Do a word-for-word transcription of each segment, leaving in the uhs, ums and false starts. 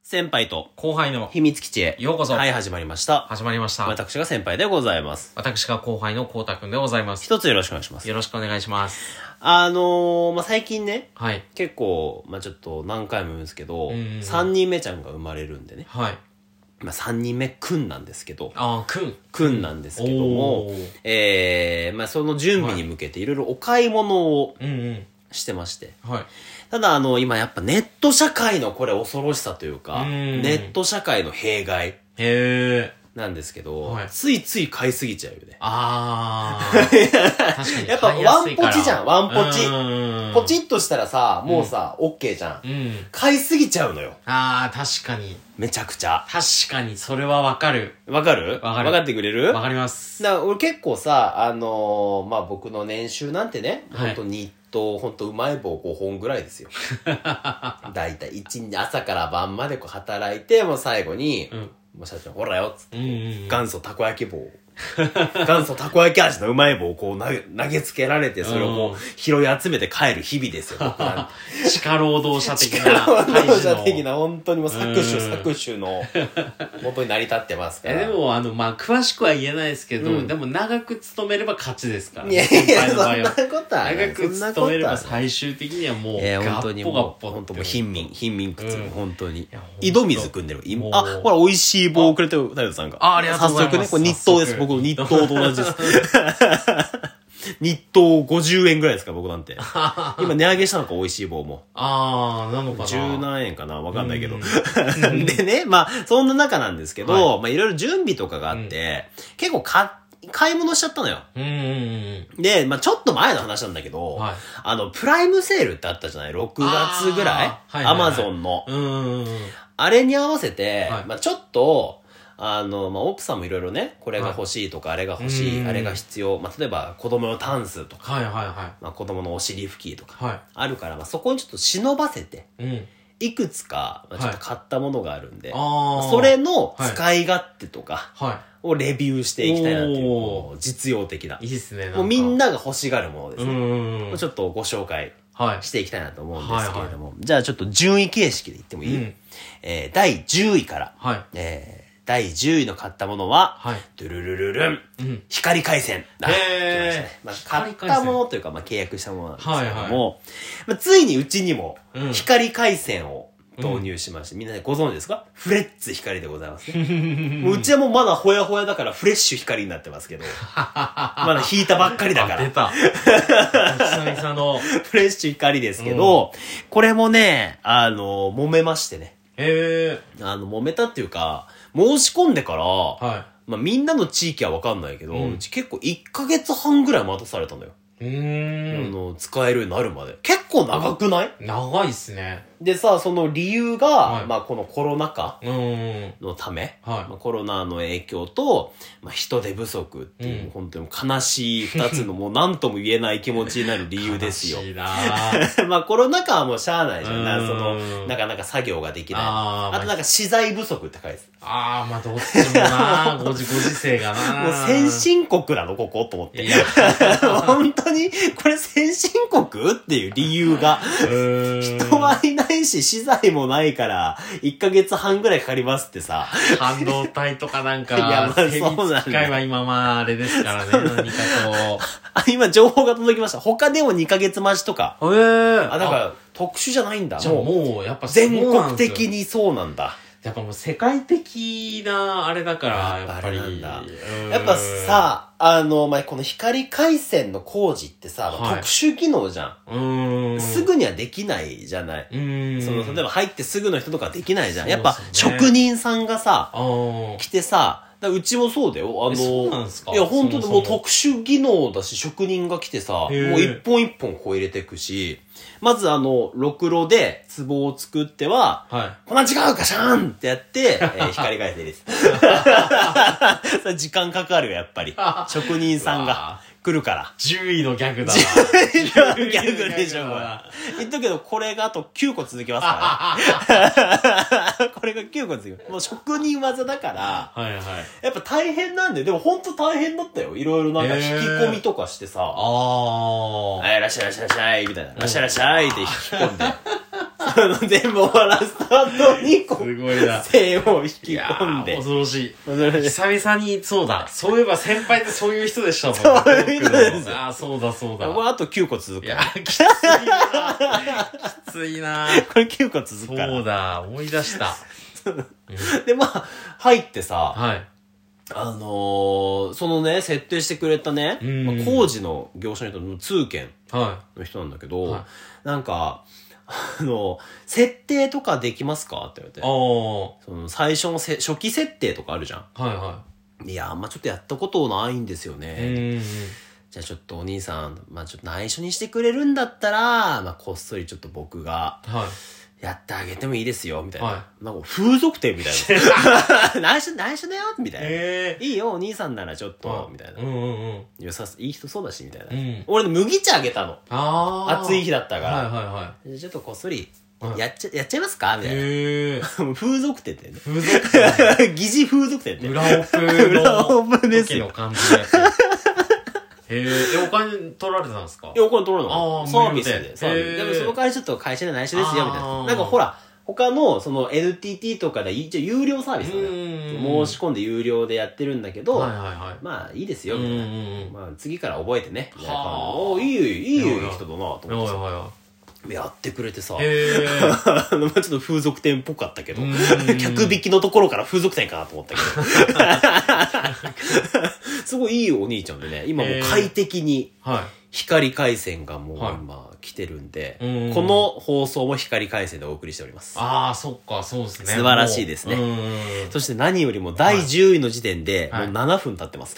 先輩と後輩の秘密基地へようこそ。 はい、始まりました。 始まりました。 私が先輩でございます。 私が後輩のこうたくんでございます。 一つよろしくお願いします。 よろしくお願いします。 あのー、まあ、最近ね、 はい。 結構、まあ、ちょっと何回も言うんですけど、 うんうんうん、 さんにんめちゃんが生まれるんでね。 はい。 まあ、さんにんめくんなんですけど、 あー、くん。 くんなんですけども、えー、まあ、その準備に向けていろいろお買い物をうんうん。 してまして。 はい。 ただあの、今やっぱネット社会のこれ恐ろしさというか、 うんネット社会の弊害へー。 なんですけど、 はいついつい買いすぎちゃうよね。 あー。確かに。 やっぱワンポチじゃん、ワンポチ。 うん。 ポチッとしたらさ、もうさ、オッケーじゃん。 うん。 買いすぎちゃうのよ。 あー、確かに。 めちゃくちゃ。 確かに、それはわかる。 わかるわかるわかってくれるわかります。 だから俺結構さ、あのー、まあ、僕の年収なんてね、 はいほんと日当、ほんとうまい棒ごほんぐらいですよ。だいたい一日朝から晩までこう働いて、もう最後に、 うん。 もう社長、ほらよっつって、 うんうんうん。 元祖たこ焼き棒。元祖たこ焼き味のうまい棒をこう投げ、投げつけられて、それをこう、拾い集めて帰る日々ですよ、僕なんて。 地下労働者的な。 力労働者的な。 な、本当にもう搾取搾取の元に成り立ってますから。 え、でも、あの、まあ、詳しくは言えないですけど、 うんでも長く勤めれば勝ちですから、 いやいや、そんなことはない。 長く勤めれば最終的にはもう、 えー、 ガ本当にッポガッもう、 ポ。 本当もう貧民、貧民窟、 うん本当にいや。 井戸水汲んでる。いもうあ、ほら、美味しい棒をくれてる、タイトさんが。 あありがとうございます早速ね、これ日東です。 早速僕、日東と同じです。日東ごじゅうえんぐらいですか、僕なんて。今値上げしたのか、美味しい棒も。 あー、なのかな。 十何円かなわかんないけど。 うんでね、まあ、そんな中なんですけど、 はまあ、いろいろ準備とかがあって、結構か、買い物しちゃったのよ。 うんうんうん。 で、まあ、ちょっと前の話なんだけど、 はいあの、プライムセールってあったじゃない ?ろくがつぐらいあーはいはいはいアマゾンの。 うんうんうん。 あれに合わせて、 はいまあ、ちょっと、あの、まあ、奥さんもいろいろね、これが欲しいとか、あれが欲しい、 うんあれが必要。まあ、例えば、子供のタンスとか、 はいはいはまあ、子供のお尻拭きとか、 い。はあるから、まあ、そこにちょっと忍ばせて、 い。うん。 いくつか、まあちょっと買ったものがあるんで、 あー。 それの使い勝手とかはをレビューしていきたいなっていう、 おーこう実用的な。 い。いいっすね。 もうみんななが欲しがるものですうんね。 うんうん。 ちょっとご紹介はい。 していきたいなと思うんですけれども。じゃあちょっと順位形式で言ってもいい、 うんえー、だいじゅういから、 はい。 えー、だいじゅういの買ったものは、 はい。 ドゥルルルルン、 うん。 光回線だ。 へー来ましたねまあ、買っ光回線たものというか、まあ、契約したものなんですけども、 はいはまあ、ついにうちにもうん、 光回線を導入しまして、みんなでご存知ですか？フレッツ光でございますね。もううちはもうまだほやほやだからフレッシュ光になってますけど、まだ引いたばっかりだかあ出ら。 た。久々の。 フレッシュ光ですけど、これもね、あの、揉めましてね。 へえ。 あの、揉めたっていうか、申し込んでから、 はまあみんなの地域はわかんないけど、 うんうち結構いっかげつはんぐらい待たされたのよ。 い。うあーん。 の、使えるようになるまで。結構長くない？ 長いっすね。 でさ、その理由が、 はいまあこのコロナ禍うんうん。 のため、 はいまあ、コロナの影響と、まあ、人手不足っていう、 うん本当に悲しい二つのもう何とも言えない気持ちになる理由ですよ悲。しいなぁ。 まあコロナ禍はもうしゃあないじゃん。なうんその、なかなか作業ができない。 あーあとなんか資材不足って書いてあー、まあどっちもなぁ。ごじ、ご時世がなある。 ぁ。 もう先進国なのここと思ってい。や、 本当にこれ先進国っていう理由が。 うーん。 人はいないし、資材もないから、いっかげつはんぐらいかかりますってさ。 半導体とかなんか、 いやまあ精密そうなんだ機械は今まああれですからね、何かあ、今情報が届きました。他でもにかげつ待ちとか。 と。へぇあ、だから特殊じゃないんだ。 じゃあもうもう、やっぱ全国的に。 にそうなんだ。 やっぱもう世界的なあれだから、 やっぱやっぱり。 あれなんだうんやっぱ、さ、あの、まあ、この光回線の工事ってさ、 はい特殊技能じゃうーん。 ん。 すぐにはできないじゃない。 うーん。 その、例えば入ってすぐの人とかできないじゃん。 そうやっぱですね職人さんがさ、 あー来てさ、だからうちもそうだよ。あえそうなんの、 ですかいや、本当にそもそももう特殊技能だし、職人が来てさ、もうへー一本一本こう入れていくし、まずあの、ろくろで壺を作っては、 はい。 こんな違うかシャーンってやって、えー光回線です。それ時間かかるよ、やっぱり。職人さんが来るから。 じゅういのギャグだな。 ギャグでしょ、これ。言っとくけど、これがあときゅうこ続きますからね。これがきゅうこ続きます。もう職人技だから、 はいはい。 やっぱ大変なんだよ。でもほんと大変だったよ。いろいろなんか引き込みとかしてさ、 あはい、いらっしゃいいらっしゃいいらっしゃい、みたいな。いらっしゃいいらっしゃいって引き込んで。 その全部終わらせた後に、こう、 すごいな。 線を引きいや込んで。 ー恐ろしい。 恐ろしい久々に、そうだ。そういえば先輩ってそういう人でしたもんね。 そういう人ですよああ、そうだそうだ。 これあときゅうこ続くいやから。 ー、きついなきついなこれきゅうこ続くから。 そうだ、思い出した。 で、まあ、入ってさ、 はい。 あのー、そのね、設定してくれたね、 うんまあ、工事の業者の人の通検はの人なんだけど、 はいなんか、あの、設定とかできますかって言われて。 い。おその最初のせ初期設定とかあるじゃん。 ー。はいはいや、あんまちょっとやったことないんですよい。うね。 ーん。 じゃあちょっとお兄さん、まあちょっと内緒にしてくれるんだったら、まあこっそりちょっと僕がはい。 やってあげてもいいですよ、みたいな。 はなんか風俗店みたいな。内緒、内緒だよみたいな。 えいいよ、お兄さんならちょっと、 ー。 みたいなう。んうんうん。 いやさいい人そうだし、みたいな。 うん俺ね、麦茶あげたの。 ああ。 暑い日だったから。 はいはいはじゃあちょっとこっそり、 はいやっちゃ、やっちゃいますかみい。 たいな。 へー。 風俗店ってね。 風俗店。 疑似風俗店って。 裏オプの裏オプですよ時の感じのやつ。へえ、え、お金取られてたんですかいや、お金取らない。 あーサービスで。 無料でサービスで。 へーでもその代わりちょっと会社で内緒ですよ、みたいな。 あーなんかほら、他の、その エヌティーティー とかで一応有料サービスなのよ。 うん申し込んで有料でやってるんだけど、 はいはいはい。 まあいいですよ、みたいな。 うんうんうんまあ次から覚えてね。みたいな感じではあおーいいよ、いいよ、 いやいやいい人だな、とはい思ってさ。 はいはやってくれてさ。 い。へえ。 あの、まあちょっと風俗店っぽかったけどうん、 客引きのところから風俗店かなと思ったけど。すごいいいお兄ちゃんでね、今もう快適にはい。 光回線がもうはい今来てるんで、 うんこの放送も光回線でお送りしております。 ああ、そっか、そうですね。 素晴らしいですねもううんうんうん。 そして何よりもだいじゅういの時点ではいもうななふん経ってます。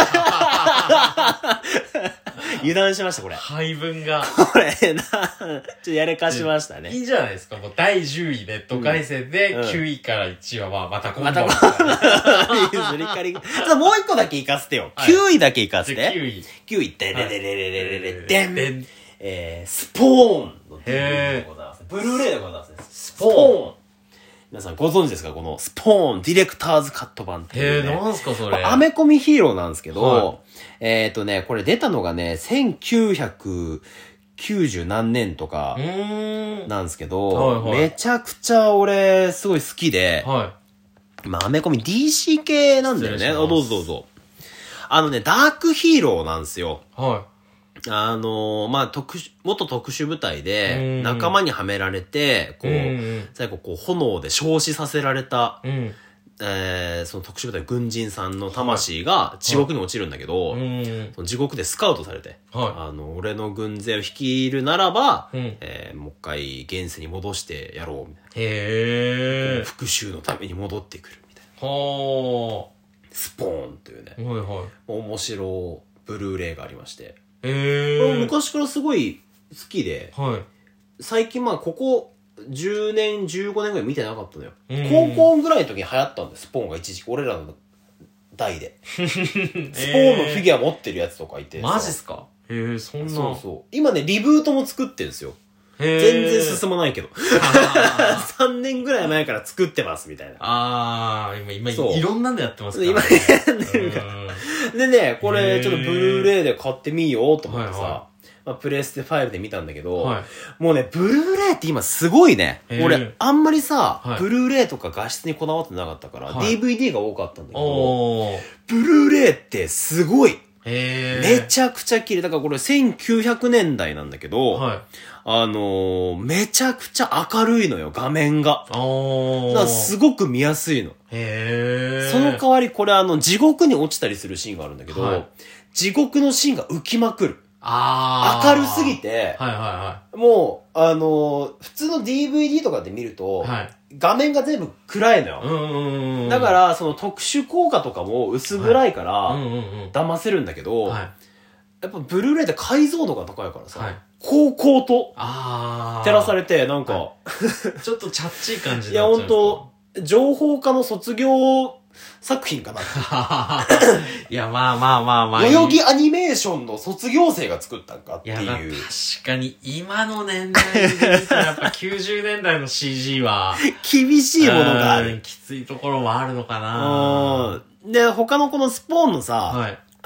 油断しました、これ。 配分が。 これな、ちょっとやらかしましたね。 いいじゃないですか。もうだいじゅういネット回線で、 うんきゅういからいちいはまあまた今度。 また、すりかり。ちょっともう一個だけ行かせてよ。 はいきゅういだけ行かせじゃあきゅうて。 い。 きゅうい、でれれれれれれれはいでんでん。 えー、スポーンの ディーブイディー でございます。ブルーレイでございますね。スポーンン。皆さんご存知ですかこのスポーンディレクターズカット版ってへえ、 いうね。 なんすかそれ。 アメコミヒーローなんですけど、 はえっ、ー、とね、これ出たのがね、せんきゅうひゃくきゅうじゅう何年とかうーん。 なんですけど、 はいはいめちゃくちゃ俺すごい好きで、 はまあアメコミ ディーシー 系なんだよね。あ失礼しますどうぞどうぞ。あのね、ダークヒーローなんですよ。 い。はあのー、まあ、特殊、元特殊部隊うで、 ん仲間にはめられて、こい。 う、 うん最後こう、炎で焼死させられた、 うん。うん。 えー、その特殊部隊の軍人さんの魂が地獄に落ちるんだけど、 うん。 その地獄でスカウトされて、 はあの、俺の軍勢を率いるならば、 うんえー、もう一回現世に戻してやろう、みたいい。へな。 え。 復讐のために戻ってくる、みたいな。 はスポーンというね、 あ。はいはい。 面白ブルーレイがありまして、 へえ。 これ昔からすごい好きで、 はい。 最近まあここじゅうねん、じゅうごねんぐらい見てなかったのよ。 うん高校ぐらいの時に流行ったんだよ、スポーンが一時期。俺らの代で。スポーンのフィギュア持ってるやつとかいて。 マジっすかへえ、そんな。 そうそう。今ね、リブートも作ってるんですよ。 へ全え。 然進まないけど。 あーさんねんぐらい前から作ってます、みたいな。 あー、今、 そう今、いろんなんでやってますから今ね。 やってるから。 うんでね、こへーれちょっとブルーレイで買ってみようと思ってさ、 はいはまあ、プレステファイブで見たんだけど、 はいもうね、ブルーレイって今すごいね。 へー俺、あんまりさ、 はいブルーレイとか画質にこだわってなかったから、 はいディーブイディー が多かったんだけど、 おー。 ブルーレイってすごい。 へえ。 めちゃくちゃ綺麗。だからこれせんきゅうひゃくねんだいなんだけど、 はい。 あのー、めちゃくちゃ明るいのよ、画面が。 おー。 だからすごく見やすいの。 へえ。 その代わりこれあの、地獄に落ちたりするシーンがあるんだけど、 はい地獄のシーンが浮きまくる。 あー。 明るすぎて、 はいはもう、あのー普通の ディーブイディー とかで見ると、 いはい。はい。 画面が全部暗いのよ。 うんうんうん。 だか、ら、その特殊効果とかも薄暗いから、 うんうんうん。 騙せるんだけど、 はい。 やっぱブルーレイって解像度が高いからさ、 はい高校とあー。 照らされて、なんか、 はちょっとチャッチー感じいや、ほんと、情報科の卒業作品かな。 いや、まあまあまあまあ。 代々木アニメーションの卒業生が作ったんかっていや、まあいう。 確かに今の年代で見たらやっぱきゅうじゅうねんだいの シージー は、 厳しいものがあうんる。 きついところもあるのかな。 うん。で、他のこのスポーンのさ、 はい。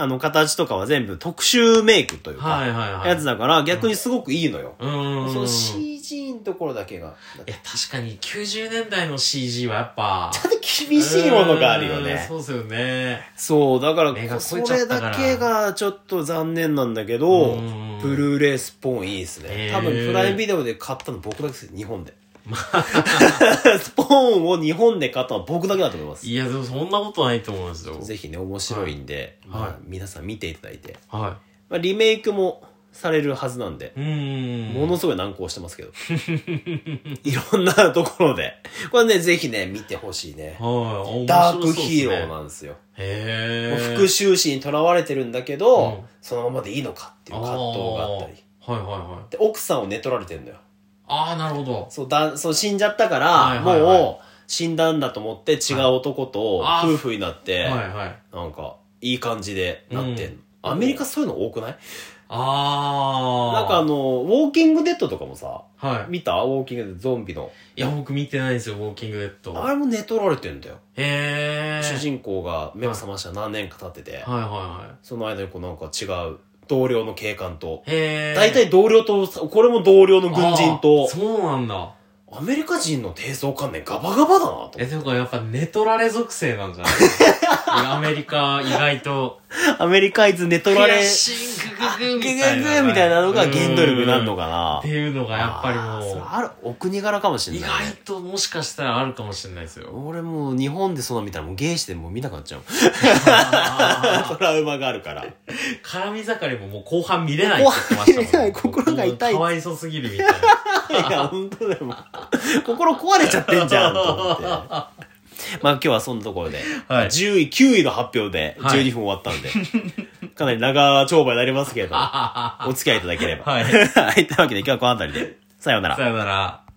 あの、形とかは全部特殊メイクというか、 はいはいはい。 やつだから逆にすごくいいのよ。 うん。 その シージー のところだけが。 いや、確かにきゅうじゅうねんだいの シージー はやっぱ、 ちょっと厳しいものがあるよね。 そうですよね。 そう、だから、 目がそ肥えちゃったかられだけがちょっと残念なんだけど、ブルーレイスポーンいいですね。多分プライムビデオで買ったの僕だけですよ、日本で。スポーンを日本で買ったのは僕だけだと思います。 いや、でもそんなことないと思うんですよ。 ぜひね、面白いんで、 はい、 まあ、皆さん見ていただいて。 はい。 まあ、リメイクもされるはずなんで、 うん。 ものすごい難航してますけど。いろんなところで。これね、ぜひね、見てほしいね。 はい。 ダークヒーローなんですよ。 へー。 復讐心に囚われてるんだけど、うん、そのままでいいのかっていう葛藤があったり。 はいはいはい。 で、奥さんを寝取られてるんだよ。 ああ、なるほど。 そう、だ、そう、死んじゃったから、はいはいはい、もう、死んだんだと思って違う男と夫婦になって、はいはい、なんか、いい感じでなってんの、うん。アメリカそういうの多くない？ ああ。 なんかあの、ウォーキングデッドとかもさ、 はい、 見た？ウォーキングデッド、ゾンビの。 いや、僕見てないんですよ、ウォーキングデッド。 あれも寝取られてんだよ。 へー。 主人公が目を覚ましたら何年か経ってて、はいはいはい。 その間にこうなんか違う、同僚の警官と。 へー。 大体同僚と、これも同僚の軍人と。 そうなんだ。 アメリカ人の低層観念ガバガバだなと。 え、でもやっぱ寝取られ属性なんじゃないですか？アメリカ意外と。 アメリカイズ寝取られ。 悔しいグググみたいな。 グググみたいなのが原動力になるのかな。 っていうのがやっぱりもう。 あ, ある、お国柄かもしれない、ね。 意外ともしかしたらあるかもしれないですよ。 俺もう日本でそんな見たらもうゲイしてもう見なくなっちゃう。トラウマがあるから。 絡み盛りももう後半見れないって言ってましたもん。見れない。 心が痛い。 かわいそすぎるみたいな。 いや、本当だよ。心壊れちゃってんじゃんと思って。まあ今日はそんなところで、はい、じゅうい、きゅういの発表でじゅうにふん終わったんで、はい、かなり長丁場になりますけれども、お付き合いいただければ。はい。というわけで今日はこの辺りで、さようなら。 さようなら。